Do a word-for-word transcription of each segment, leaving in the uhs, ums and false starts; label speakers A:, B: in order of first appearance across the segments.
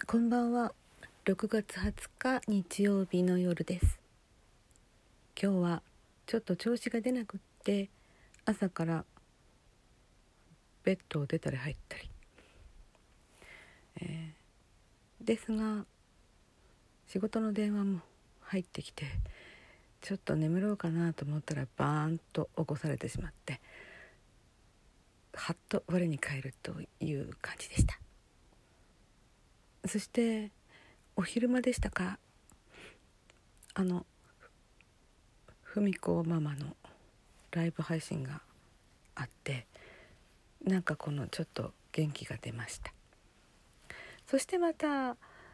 A: こんばんは。ろくがつはつか日曜日の夜です。今日はちょっと調子が出なくって朝からベッドを出たり入ったり、えー、ですが仕事の電話も入ってきてちょっと眠ろうかなと思ったらバーンと起こされてしまってはっと我に返るという感じでした。そしてお昼間でしたか、あのふみこママのライブ配信があってなんかこのちょっと元気が出ました。そしてまた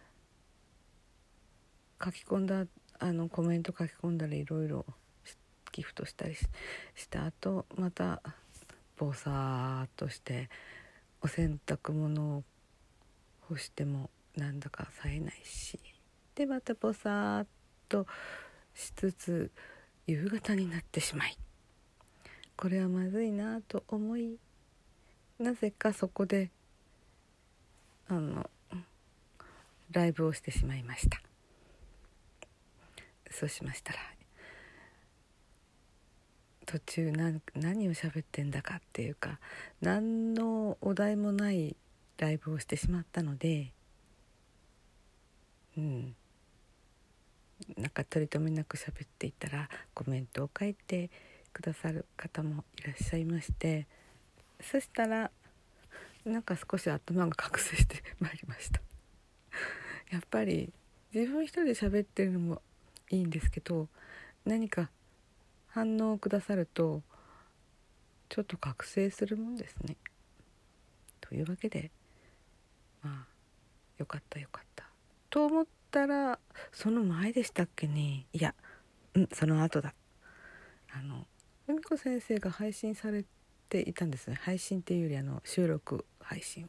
A: 書き込んだあのコメント書き込んだりいろいろギフトしたりした後またぼさーっとしてお洗濯物を干してもなんだか冴えないしでまたぼさーっとしつつ夕方になってしまいこれはまずいなと思いなぜかそこであのライブをしてしまいました。そうしましたら途中何、何を喋ってんだかっていうか何のお題もないライブをしてしまったので、うん、なんか取り留めなく喋っていたらコメントを書いてくださる方もいらっしゃいまして、そしたらなんか少し頭が覚醒してまいりました。やっぱり自分一人で喋ってるのもいいんですけど何か反応をくださるとちょっと覚醒するもんですね。というわけでまあよかったよかったと思ったらその前でしたっけね。いや、うん、その後だ。あのふみこ先生が配信されていたんですね。配信っていうよりあの収録配信を。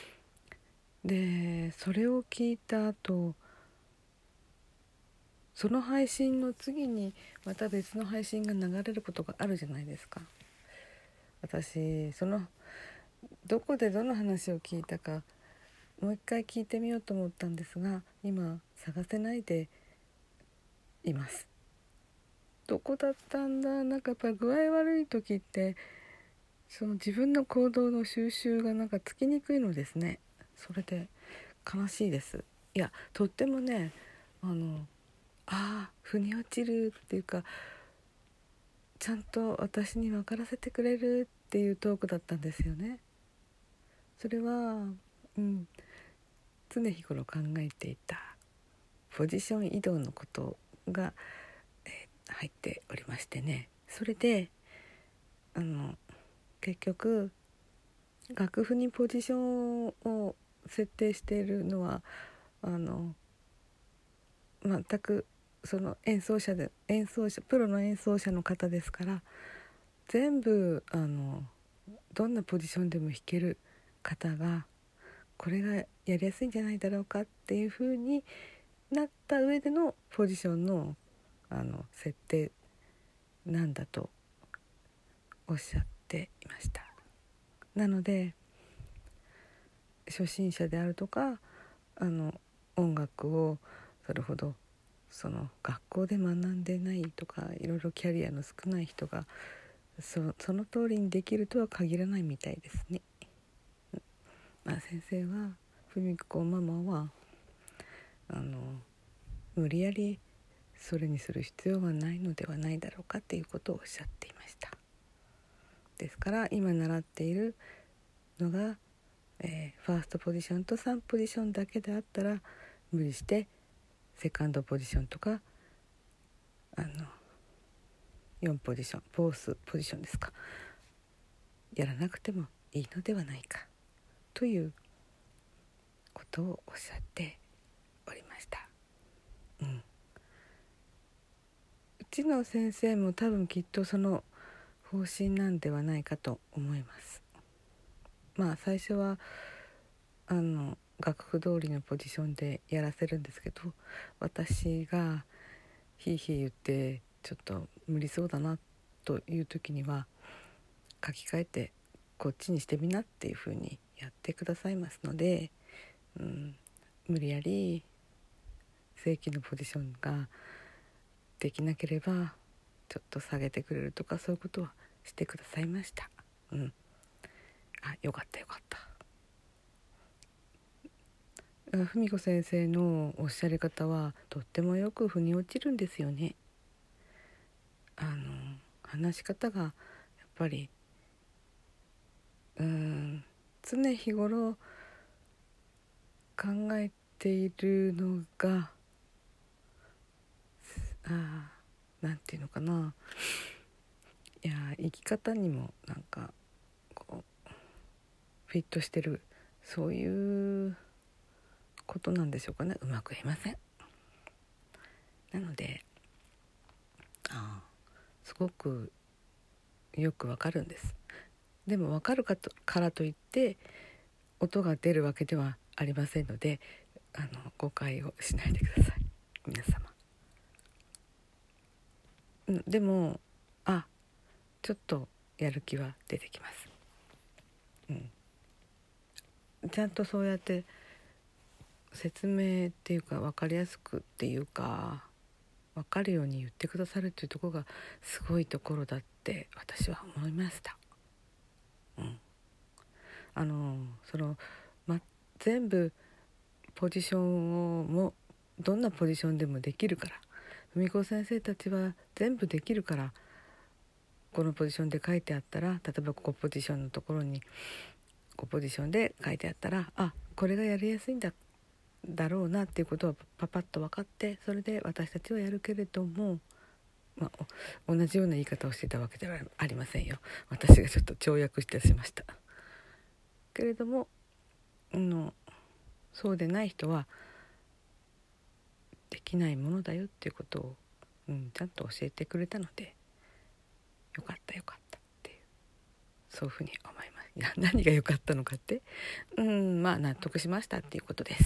A: でそれを聞いた後その配信の次にまた別の配信が流れることがあるじゃないですか。私そのどこでどの話を聞いたかもう一回聞いてみようと思ったんですが今探せないでいます。どこだったんだ。なんかやっぱり具合悪い時ってその自分の行動の収集がなんかつきにくいのですね。それで悲しいです。いやとってもねあのああ腑に落ちるっていうかちゃんと私に分からせてくれるっていうトークだったんですよね。それは、うん、常日頃考えていたポジション移動のことが、えー、入っておりましてね。それであの結局楽譜にポジションを設定しているのはあの全くその演奏者で演奏者プロの演奏者の方ですから全部あのどんなポジションでも弾ける方がこれがやりやすいんじゃないだろうかっていう風になった上でのポジションのあの設定なんだとおっしゃっていました。なので初心者であるとかあの音楽をそれほどその学校で学んでないとかいろいろキャリアの少ない人が そ, その通りにできるとは限らないみたいですね。まあ、先生はふみこママはあの無理やりそれにする必要はないのではないだろうかっていうことをおっしゃっていました。ですから今習っているのが、えー、ファーストポジションとさんポジションだけであったら無理してセカンドポジションとかあのよんポジションフォースポジションですかやらなくてもいいのではないかということをおっしゃっておりました。うん、うちの先生も多分きっとその方針なんではないかと思います。まあ最初はあの楽譜通りのポジションでやらせるんですけど私がひいひい言ってちょっと無理そうだなという時には書き換えてこっちにしてみなっていう風にやってくださいますので、うん、 無理やり正規のポジションができなければちょっと下げてくれるとか、そういうことはしてくださいました。うん。あ、よかったよかった。文子先生のおっしゃり方はとってもよく腑に落ちるんですよね。あの話し方がやっぱりうーん常日頃考えているのが、あなんていうのかな、いや生き方にもなんかこうフィットしてる、そういうことなんでしょうかね。うまく言えません。なのであすごくよくわかるんです。でもわかるかとからといって音が出るわけではありませんので、あの誤解をしないでください皆様。うん、でもあちょっとやる気は出てきます。うん、ちゃんとそうやって説明っていうか分かりやすくっていうか分かるように言ってくださるっていうところがすごいところだって私は思いました。うん、あのその、ま、全部ポジションをもどんなポジションでもできるから、文子先生たちは全部できるから、このポジションで書いてあったら、例えばここポジションのところにこうポジションで書いてあったら、あこれがやりやすいんだだろうなっていうことはパパッと分かって、それで私たちはやるけれども、まあ、同じような言い方をしてたわけではありませんよ。私がちょっと跳躍してしましたけれども、うん、そうでない人はできないものだよっていうことを、うん、ちゃんと教えてくれたのでよかったよかったっていう、そういうふうに思います。いや何が良かったのかって、うんまあ納得しましたっていうことです。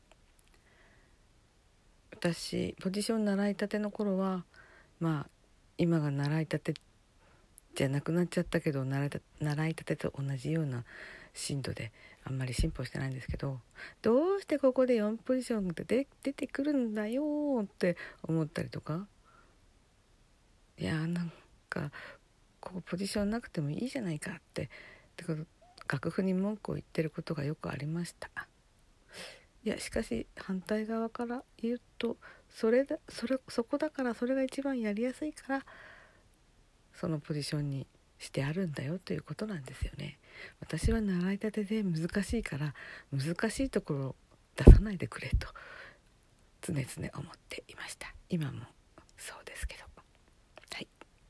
A: 私ポジション習いたての頃はまあ今が習いたてじゃなくなっちゃったけど、習いた、習いたてと同じような進度であんまり進歩してないんですけど、どうしてここでよんポジションでで出てくるんだよって思ったりとか、いやなんかここポジションなくてもいいじゃないかってってこと楽譜に文句を言ってることがよくありました。いやしかし反対側から言うと、それだそれそこだから、それが一番やりやすいからそのポジションにしてあるんだよということなんですよね。私は習いたてで難しいから難しいところを出さないでくれと常々思っていました。今もそうですけど、はい、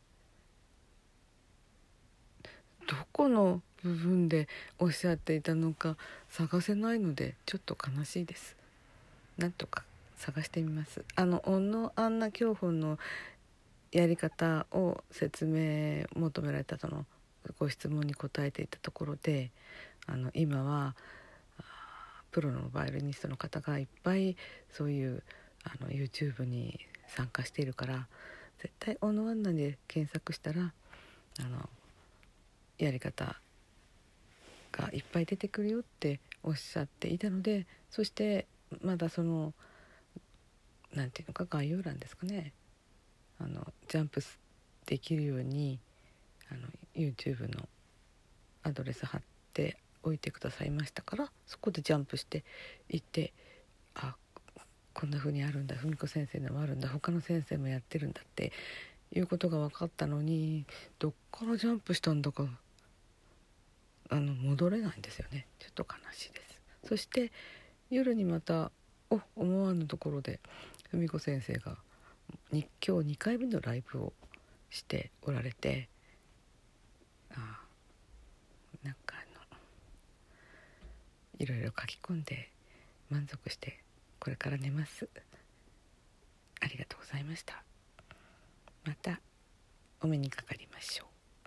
A: どこの部分でおっしゃっていたのか探せないのでちょっと悲しいです。なんとか探してみます。あの小野アンナ教本のやり方を説明求められたそのご質問に答えていたところで、あの今はプロのバイオリニストの方がいっぱいそういうあの YouTube に参加しているから、絶対小野アンナで検索したらあのやり方がいっぱい出てくるよっておっしゃっていたので、そしてまだそのなんていうのか概要欄ですかね、あのジャンプできるようにあの YouTube のアドレス貼っておいてくださいましたから、そこでジャンプしていって、あこんな風にあるんだ、文子先生のもあるんだ、他の先生もやってるんだっていうことが分かったのに、どっからジャンプしたんだかあの戻れないんですよね。ちょっと悲しいです。そして夜にまたお思わぬところで文子先生がに今日にかいめのライブをしておられて、あなんかあのいろいろ書き込んで満足してこれから寝ます。ありがとうございました。またお目にかかりましょう。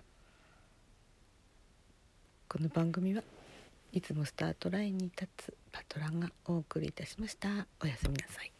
A: この番組はいつもスタートラインに立つパトランがお送りいたしました。おやすみなさい。